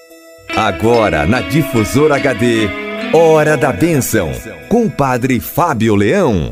Agora na Difusora HD, Hora da Bênção, com o Padre Fábio Leão.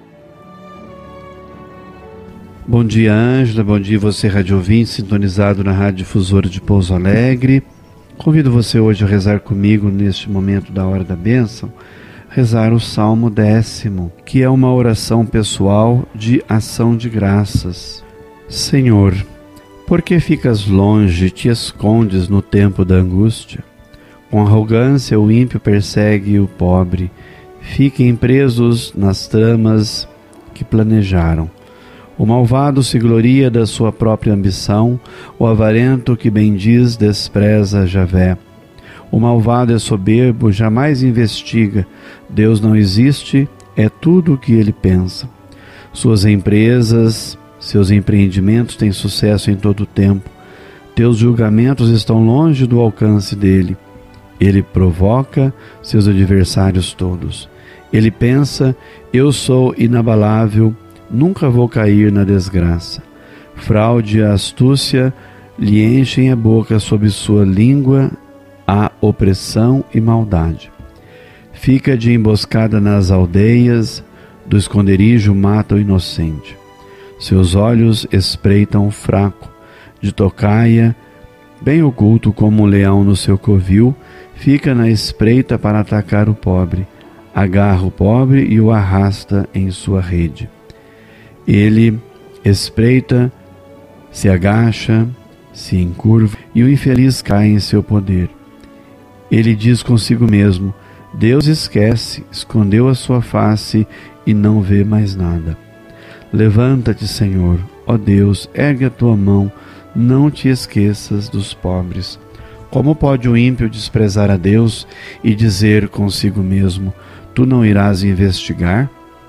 Bom dia, Ângela, bom dia você, rádio ouvinte, sintonizado na Rádio Difusora de Pouso Alegre. Convido você hoje a rezar comigo neste momento da Hora da Bênção, rezar o Salmo 10º, que é uma oração pessoal de ação de graças. Senhor, por que ficas longe e te escondes no tempo da angústia? Com arrogância o ímpio persegue o pobre. Fiquem presos nas tramas que planejaram. O malvado se gloria da sua própria ambição, o avarento que bendiz despreza Javé. O malvado é soberbo, jamais investiga. Deus não existe, é tudo o que ele pensa. Suas empresas, seus empreendimentos têm sucesso em todo o tempo. Teus julgamentos estão longe do alcance dele. Ele provoca seus adversários todos. Ele pensa, eu sou inabalável, nunca vou cair na desgraça. Fraude e astúcia lhe enchem a boca, sob sua língua a opressão e maldade. Fica de emboscada nas aldeias, do esconderijo mata o inocente. Seus olhos espreitam o fraco, de tocaia, bem oculto como um leão no seu covil, fica na espreita para atacar o pobre, agarra o pobre e o arrasta em sua rede. Ele espreita, se agacha, se encurva, e o infeliz cai em seu poder. Ele diz consigo mesmo, Deus esquece, escondeu a sua face e não vê mais nada. Levanta-te, Senhor, ó Deus, ergue a tua mão, não te esqueças dos pobres. Como pode o ímpio desprezar a Deus e dizer consigo mesmo, tu não irás investigar?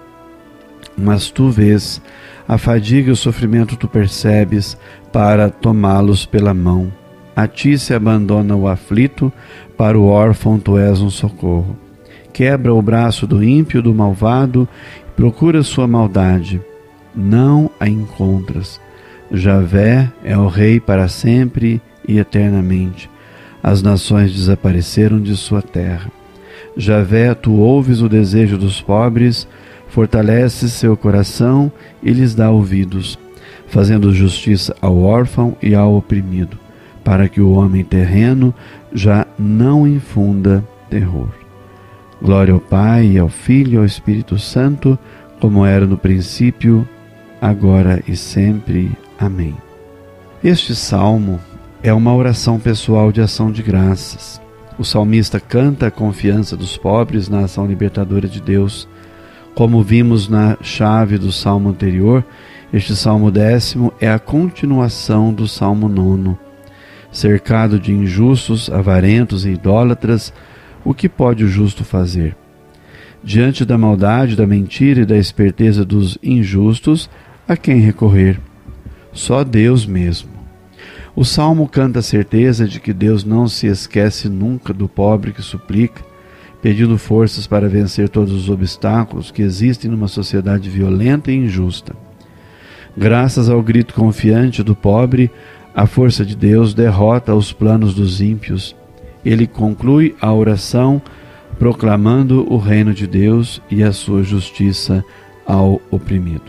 Mas tu vês, a fadiga e o sofrimento tu percebes para tomá-los pela mão. A ti se abandona o aflito, para o órfão tu és um socorro. Quebra o braço do ímpio, do malvado, procura sua maldade. Não a encontras. Javé é o rei para sempre e eternamente. As nações desapareceram de sua terra. Javé, tu ouves o desejo dos pobres, fortaleces seu coração e lhes dá ouvidos, fazendo justiça ao órfão e ao oprimido, para que o homem terreno já não infunda terror. Glória ao Pai, ao Filho e ao Espírito Santo, como era no princípio, agora e sempre. Amém. Este salmo é uma oração pessoal de ação de graças. O salmista canta a confiança dos pobres na ação libertadora de Deus. Como vimos na chave do salmo anterior, este salmo 10º é a continuação do salmo 9º. Cercado de injustos, avarentos e idólatras, o que pode o justo fazer? Diante da maldade, da mentira e da esperteza dos injustos, a quem recorrer? Só Deus mesmo. O salmo canta a certeza de que Deus não se esquece nunca do pobre que suplica, pedindo forças para vencer todos os obstáculos que existem numa sociedade violenta e injusta. Graças ao grito confiante do pobre, a força de Deus derrota os planos dos ímpios. Ele conclui a oração proclamando o reino de Deus e a sua justiça ao oprimido.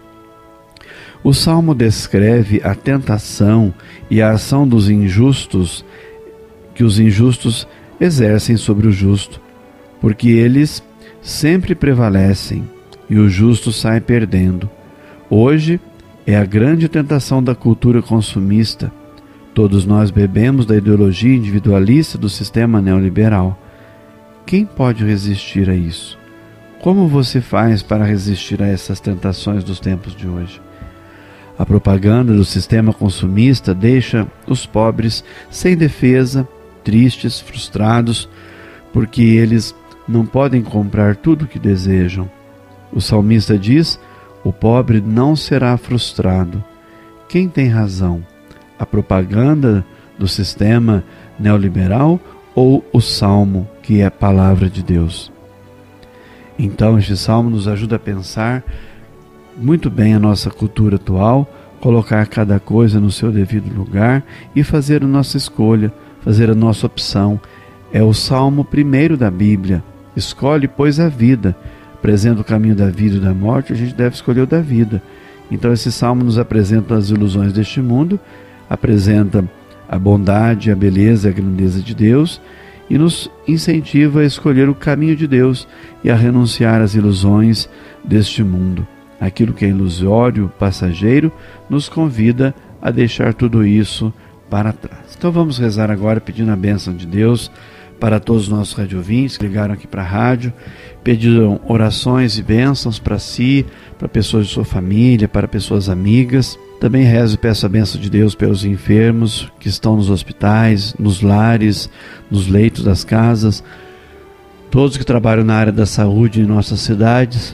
O salmo descreve a tentação e a ação dos injustos, que os injustos exercem sobre o justo, porque eles sempre prevalecem e o justo sai perdendo. Hoje é a grande tentação da cultura consumista. Todos nós bebemos da ideologia individualista do sistema neoliberal. Quem pode resistir a isso? Como você faz para resistir a essas tentações dos tempos de hoje? A propaganda do sistema consumista deixa os pobres sem defesa, tristes, frustrados, porque eles não podem comprar tudo o que desejam. O salmista diz, o pobre não será frustrado. Quem tem razão? A propaganda do sistema neoliberal ou o salmo, que é a palavra de Deus? Então, este salmo nos ajuda a pensar muito bem a nossa cultura atual, colocar cada coisa no seu devido lugar e fazer a nossa escolha, fazer a nossa opção. É o Salmo 1º da Bíblia. Escolhe, pois, a vida. Apresenta o caminho da vida e da morte, a gente deve escolher o da vida. Então esse Salmo nos apresenta as ilusões deste mundo, apresenta a bondade, a beleza e a grandeza de Deus e nos incentiva a escolher o caminho de Deus e a renunciar às ilusões deste mundo. Aquilo que é ilusório, passageiro, nos convida a deixar tudo isso para trás. Então vamos rezar agora pedindo a bênção de Deus para todos os nossos radiovintes que ligaram aqui para a rádio, pediram orações e bênçãos para si, para pessoas de sua família, para pessoas amigas. Também rezo e peço a bênção de Deus pelos enfermos que estão nos hospitais, nos lares, nos leitos das casas, todos que trabalham na área da saúde em nossas cidades.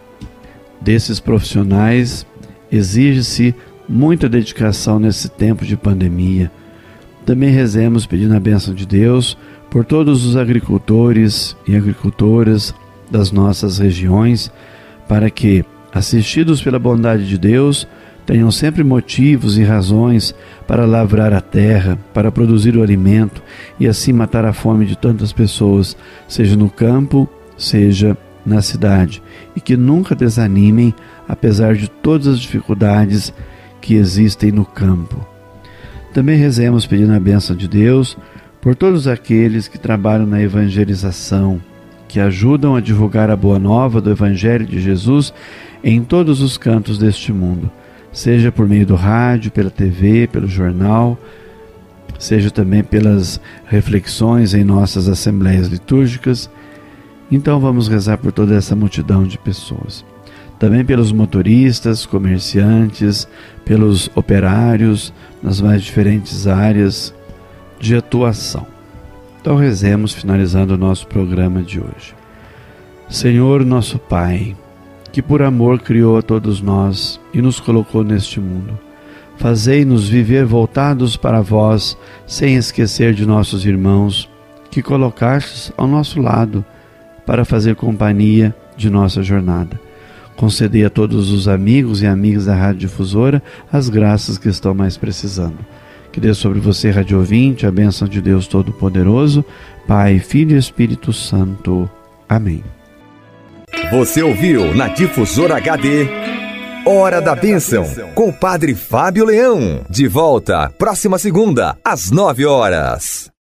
Desses profissionais exige-se muita dedicação nesse tempo de pandemia. Também rezemos pedindo a bênção de Deus por todos os agricultores e agricultoras das nossas regiões, para que, assistidos pela bondade de Deus, tenham sempre motivos e razões para lavrar a terra, para produzir o alimento e assim matar a fome de tantas pessoas, seja no campo, seja na cidade, e que nunca desanimem, apesar de todas as dificuldades que existem no campo. Também rezemos pedindo a bênção de Deus por todos aqueles que trabalham na evangelização, que ajudam a divulgar a boa nova do Evangelho de Jesus em todos os cantos deste mundo, seja por meio do rádio, pela TV, pelo jornal, seja também pelas reflexões em nossas assembleias litúrgicas. Então vamos rezar por toda essa multidão de pessoas. Também pelos motoristas, comerciantes, pelos operários nas mais diferentes áreas de atuação. Então rezemos, finalizando o nosso programa de hoje. Senhor nosso Pai, que por amor criou a todos nós e nos colocou neste mundo, fazei-nos viver voltados para vós, sem esquecer de nossos irmãos, que colocastes ao nosso lado para fazer companhia de nossa jornada. Concedei a todos os amigos e amigas da Rádio Difusora as graças que estão mais precisando. Que dê sobre você, rádio ouvinte, a bênção de Deus Todo-Poderoso, Pai, Filho e Espírito Santo. Amém. Você ouviu na Difusora HD Hora da Bênção, com o Padre Fábio Leão. De volta, próxima segunda, às 9 horas.